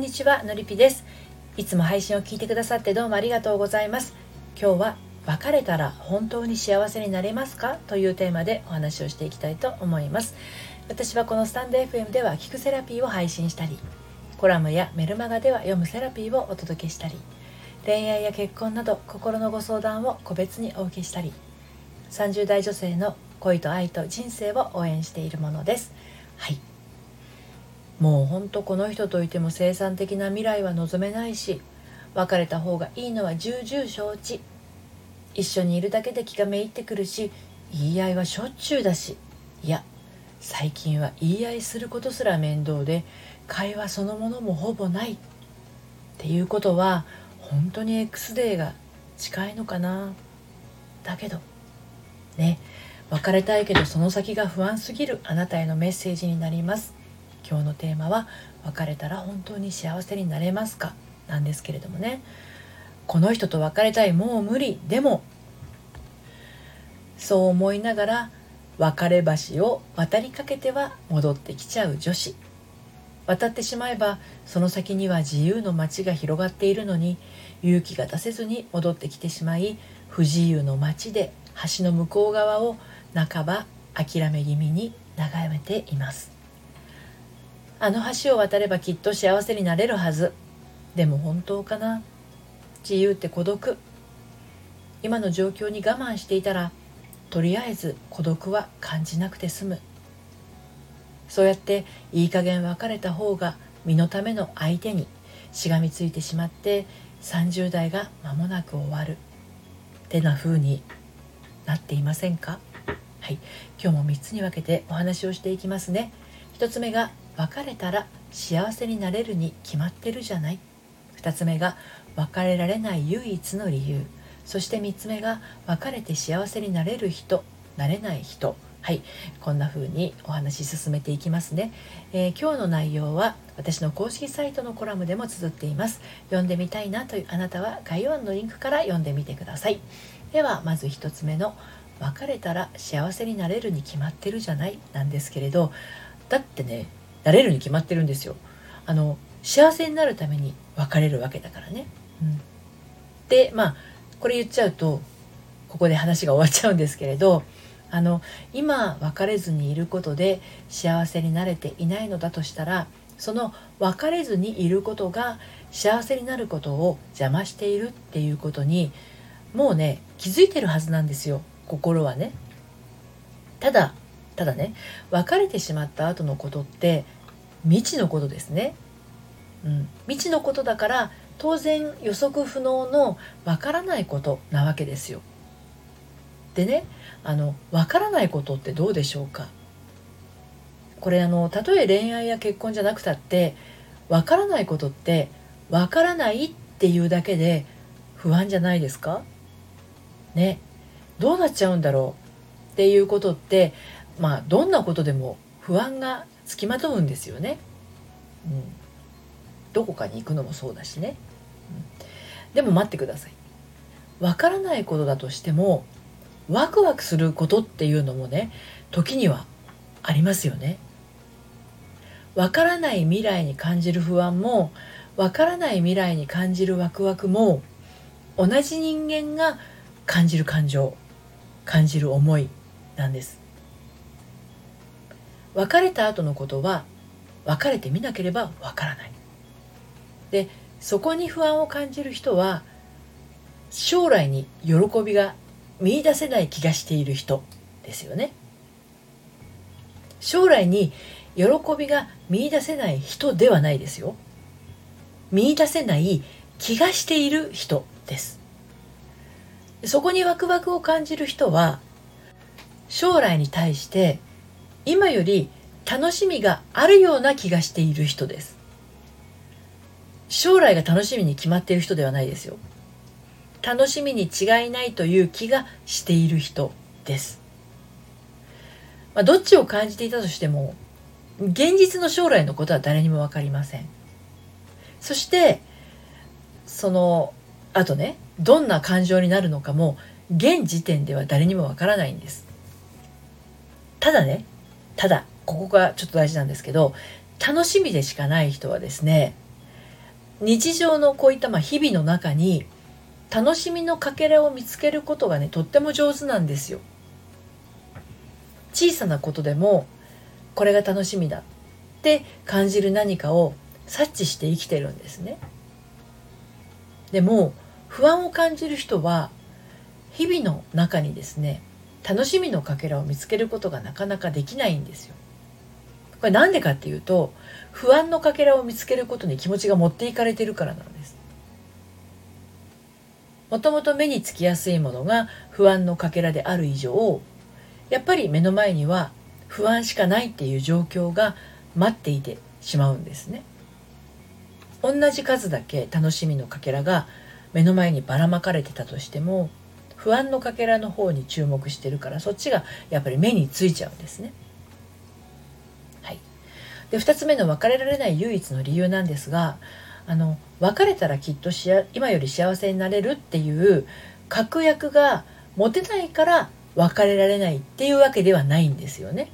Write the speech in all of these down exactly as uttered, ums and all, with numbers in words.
にちは、のりぴです。いつも配信を聞いてくださってどうもありがとうございます。今日は別れたら本当に幸せになれますかというテーマでお話をしていきたいと思います。私はこのスタンド エフエム では聞くセラピーを配信したり、コラムやメルマガでは読むセラピーをお届けしたり、恋愛や結婚など心のご相談を個別にお受けしたり、さんじゅう代女性の恋と愛と人生を応援しているものです。はい、もうほんとこの人といても生産的な未来は望めないし、別れた方がいいのは重々承知。一緒にいるだけで気がめいってくるし、言い合いはしょっちゅうだし、いや最近は言い合いすることすら面倒で、会話そのものもほぼないっていうことは本当に X デーが近いのかな。だけどね、別れたいけどその先が不安すぎるあなたへのメッセージになります。今日のテーマは別れたら本当に幸せになれますかなんですけれどもね、この人と別れたい、もう無理、でもそう思いながら別れ橋を渡りかけては戻ってきちゃう女子。渡ってしまえばその先には自由の街が広がっているのに、勇気が出せずに戻ってきてしまい、不自由の街で橋の向こう側を半ば諦め気味に眺めています。あの橋を渡ればきっと幸せになれるはず。でも本当かな。自由って孤独。今の状況に我慢していたら、とりあえず孤独は感じなくて済む。そうやっていい加減別れた方が身のための相手にしがみついてしまって、さんじゅう代が間もなく終わるってな風になっていませんか？はい、今日もみっつに分けてお話をしていきますね。ひとつめが別れたら幸せになれるに決まってるじゃない。ふたつめが別れられない唯一の理由。そしてみっつめが別れて幸せになれる人、なれない人。はい、こんな風にお話し進めていきますね。えー、今日の内容は私の公式サイトのコラムでも綴っています。読んでみたいなというあなたは概要欄のリンクから読んでみてください。ではまずひとつめの別れたら幸せになれるに決まってるじゃないなんですけれど、だってね、なれるに決まってるんですよ。あの幸せになるために別れるわけだからね。うん、でまあこれ言っちゃうとここで話が終わっちゃうんですけれど、あの今別れずにいることで幸せになれていないのだとしたら、その別れずにいることが幸せになることを邪魔しているっていうことにもうね気づいてるはずなんですよ、心はね。ただただね、別れてしまった後のことって未知のことですね。うん、未知のことだから当然予測不能のわからないことなわけですよ。でね、あのわからないことってどうでしょうか。これあのたとえ恋愛や結婚じゃなくたって、わからないことってわからないっていうだけで不安じゃないですかね。どうなっちゃうんだろうっていうことって、まあどんなことでも不安がつきまとうんですよね。うん、どこかに行くのもそうだしね。うん、でも待ってください。わからないことだとしてもワクワクすることっていうのもね、時にはありますよね。わからない未来に感じる不安も、わからない未来に感じるワクワクも、同じ人間が感じる感情、感じる思いなんです。別れた後のことは別れてみなければわからない。で、そこに不安を感じる人は将来に喜びが見出せない気がしている人ですよね。将来に喜びが見出せない人ではないですよ。見出せない気がしている人です。そこにワクワクを感じる人は将来に対して今より楽しみがあるような気がしている人です。将来が楽しみに決まっている人ではないですよ。楽しみに違いないという気がしている人です。まあ、どっちを感じていたとしても現実の将来のことは誰にも分かりません。そしてそのあとね、どんな感情になるのかも現時点では誰にも分からないんです。ただね、ただここがちょっと大事なんですけど、楽しみでしかない人はですね、 日常のこういったまあ日々の中に楽しみのかけらを見つけることがね、とっても上手なんですよ。小さなことでもこれが楽しみだって感じる何かを察知して生きてるんですね。でも不安を感じる人は日々の中にですね、楽しみのかけらを見つけることがなかなかできないんですよ。これなんでかっていうと、不安のかけらを見つけることに気持ちが持っていかれているからなんです。もともと目につきやすいものが不安のかけらである以上、やっぱり目の前には不安しかないっていう状況が待っていてしまうんですね。同じ数だけ楽しみのかけらが目の前にばらまかれてたとしても、不安のかけらの方に注目してるから、そっちがやっぱり目についちゃうんですね。はい。で、ふたつめの別れられない唯一の理由なんですが、あの別れたらきっとしあ今より幸せになれるっていう確約が持てないから別れられないっていうわけではないんですよね。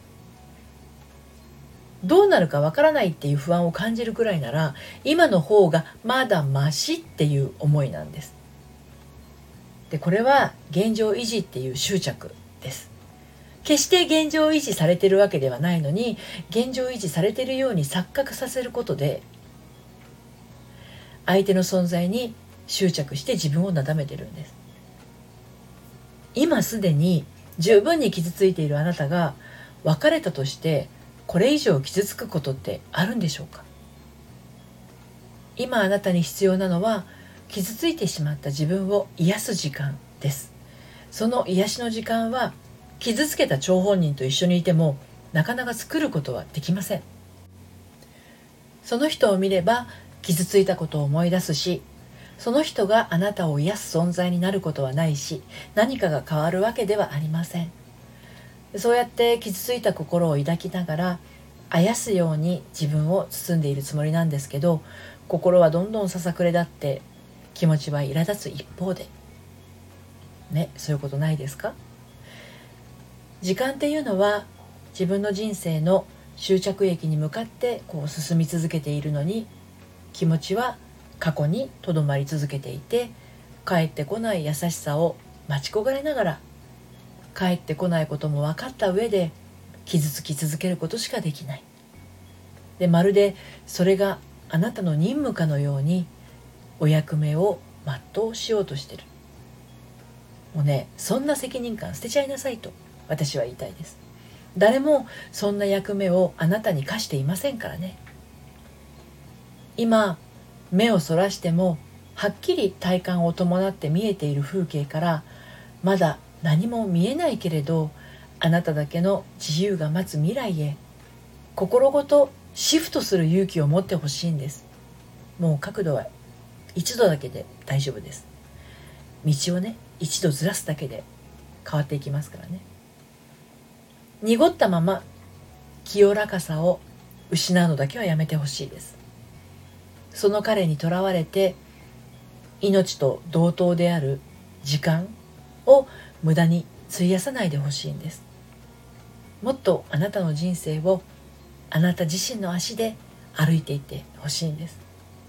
どうなるかわからないっていう不安を感じるくらいなら、今の方がまだマシっていう思いなんです。で、これは現状維持っていう執着です。決して現状維持されているわけではないのに、現状維持されているように錯覚させることで相手の存在に執着して自分をなだめてるんです。今すでに十分に傷ついているあなたが別れたとしてこれ以上傷つくことってあるんでしょうか。今あなたに必要なのは傷ついてしまった自分を癒す時間です。その癒しの時間は傷つけた張本人と一緒にいてもなかなか作ることはできません。その人を見れば傷ついたことを思い出すし、その人があなたを癒す存在になることはないし、何かが変わるわけではありません。そうやって傷ついた心を抱きながらあやすように自分を包んでいるつもりなんですけど、心はどんどんささくれ立って気持ちは苛立つ一方でね、そういうことないですか。時間っていうのは自分の人生の終着駅に向かってこう進み続けているのに、気持ちは過去にとどまり続けていて、帰ってこない優しさを待ち焦がれながら、帰ってこないことも分かった上で傷つき続けることしかできない。で、まるでそれがあなたの任務かのようにお役目を全うしようとしてる。もうね、そんな責任感捨てちゃいなさいと私は言いたいです。誰もそんな役目をあなたに課していませんからね。今目をそらしてもはっきり体感を伴って見えている風景から、まだ何も見えないけれどあなただけの自由が待つ未来へ、心ごとシフトする勇気を持ってほしいんです。もう角度は一度だけで大丈夫です。道をね、一度ずらすだけで変わっていきますからね。濁ったまま清らかさを失うのだけはやめてほしいです。その彼にとらわれて命と同等である時間を無駄に費やさないでほしいんです。もっとあなたの人生をあなた自身の足で歩いていってほしいんです。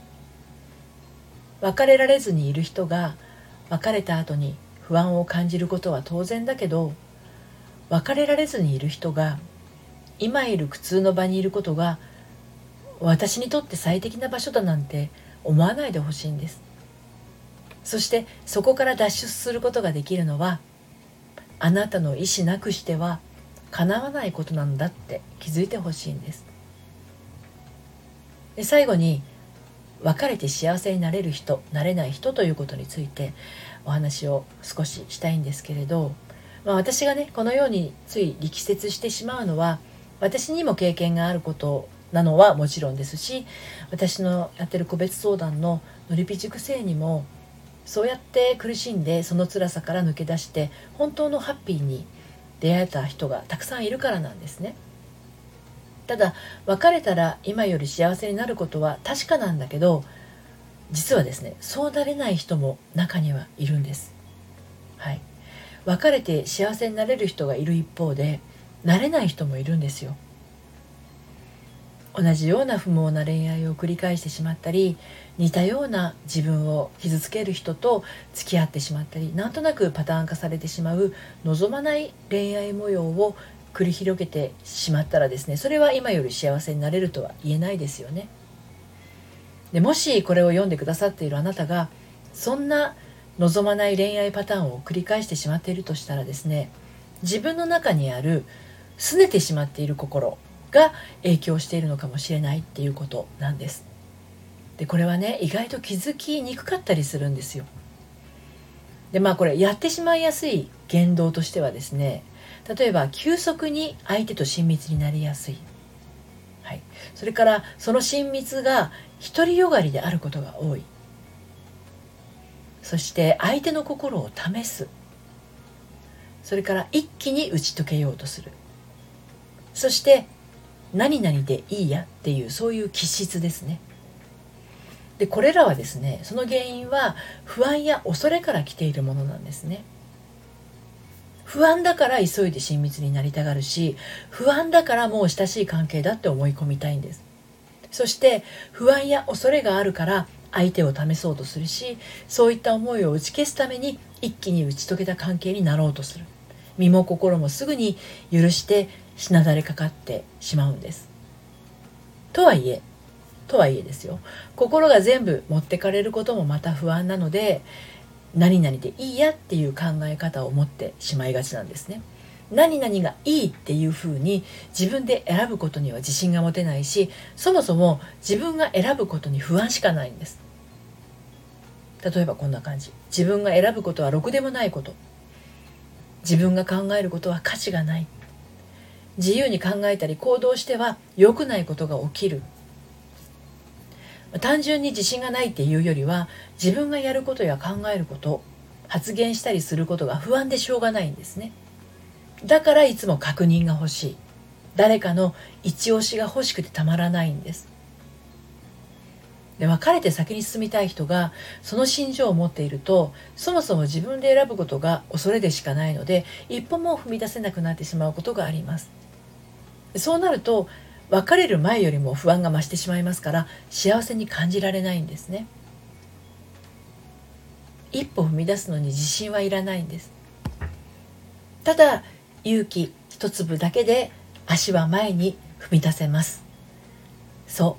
別れられずにいる人が別れた後に不安を感じることは当然だけど、別れられずにいる人が今いる苦痛の場にいることが私にとって最適な場所だなんて思わないでほしいんです。そしてそこから脱出することができるのはあなたの意思なくしては叶わないことなんだって気づいてほしいんです。で、最後に別れて幸せになれる人、なれない人ということについてお話を少ししたいんですけれど、まあ、私がねこのようについ力説してしまうのは私にも経験があることなのはもちろんですし、私のやってる個別相談ののりぴ塾生にもそうやって苦しんでその辛さから抜け出して本当のハッピーに出会えた人がたくさんいるからなんですね。ただ別れたら今より幸せになることは確かなんだけど、実はですねそうなれない人も中にはいるんです。はい、別れて幸せになれる人がいる一方でなれない人もいるんですよ。 同じような不毛な恋愛を繰り返してしまったり、似たような自分を傷つける人と付き合ってしまったり、なんとなくパターン化されてしまう望まない恋愛模様を繰り広げてしまったらですね、それは今より幸せになれるとは言えないですよね。でもしこれを読んでくださっているあなたがそんな望まない恋愛パターンを繰り返してしまっているとしたらですね、自分の中にある拗ねてしまっている心が影響しているのかもしれないっていうことなんです。でこれはね、意外と気づきにくかったりするんですよ。でまあこれやってしまいやすい言動としてはですね、例えば急速に相手と親密になりやすい、はい、それからその親密が独りよがりであることが多い、そして相手の心を試す、それから一気に打ち解けようとする、そして何々でいいやっていう、そういう気質ですね。でこれらはですね、その原因は不安や恐れから来ているものなんですね。不安だから急いで親密になりたがるし、不安だからもう親しい関係だって思い込みたいんです。そして不安や恐れがあるから相手を試そうとするし、そういった思いを打ち消すために一気に打ち解けた関係になろうとする。身も心もすぐに許してしなだれかかってしまうんです。とはいえとはいえですよ、心が全部持ってかれることもまた不安なので、何々でいいやっていう考え方を持ってしまいがちなんですね。何々がいいっていうふうに自分で選ぶことには自信が持てないし、そもそも自分が選ぶことに不安しかないんです。例えばこんな感じ。自分が選ぶことはろくでもないこと、自分が考えることは価値がない、自由に考えたり行動しては良くないことが起きる。単純に自信がないっていうよりは、自分がやることや考えること、発言したりすることが不安でしょうがないんですね。だからいつも確認が欲しい、誰かの一押しが欲しくてたまらないんです。で別れて先に進みたい人がその心情を持っていると、そもそも自分で選ぶことが恐れでしかないので、一歩も踏み出せなくなってしまうことがあります。そうなると別れる前よりも不安が増してしまいますから、幸せに感じられないんですね。一歩踏み出すのに自信はいらないんです。ただ勇気一粒だけで足は前に踏み出せます。そう、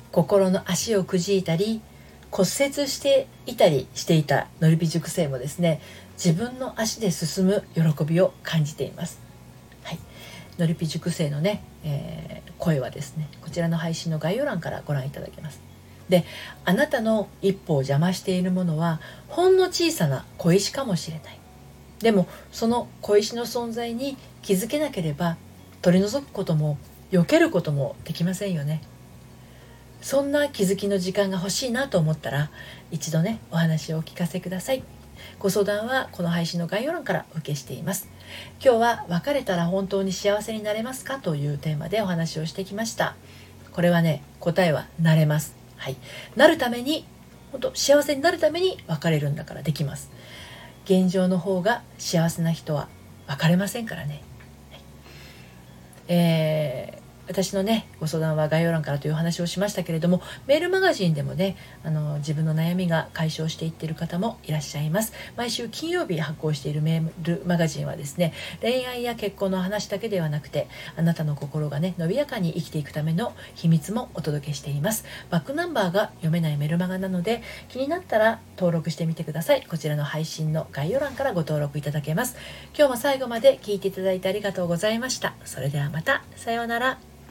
心の足をくじいたり骨折していたりしていたのりぴ塾生もですね、自分の足で進む喜びを感じています。はい、のりぴ塾生のね、えー、声はですね、こちらの配信の概要欄からご覧いただけます。で、あなたの一歩を邪魔しているものはほんの小さな小石かもしれない。でもその小石の存在に気づけなければ取り除くことも避けることもできませんよね。そんな気づきの時間が欲しいなと思ったら、一度ねお話をお聞かせください。ご相談はこの配信の概要欄からお受けしています。今日は別れたら本当に幸せになれますかというテーマでお話をしてきました。これはね、答えはなれます。はい、なるために、本当幸せになるために別れるんだからできます。現状の方が幸せな人は別れませんからね。はい、えー私のねご相談は概要欄からという話をしましたけれども、メールマガジンでもね、あの自分の悩みが解消していっている方もいらっしゃいます。毎週金曜日発行しているメールマガジンはですね、恋愛や結婚の話だけではなくて、あなたの心がね伸びやかに生きていくための秘密もお届けしています。バックナンバーが読めないメルマガなので、気になったら登録してみてください。こちらの配信の概要欄からご登録いただけます。今日も最後まで聞いていただいてありがとうございました。それではまた、さようなら。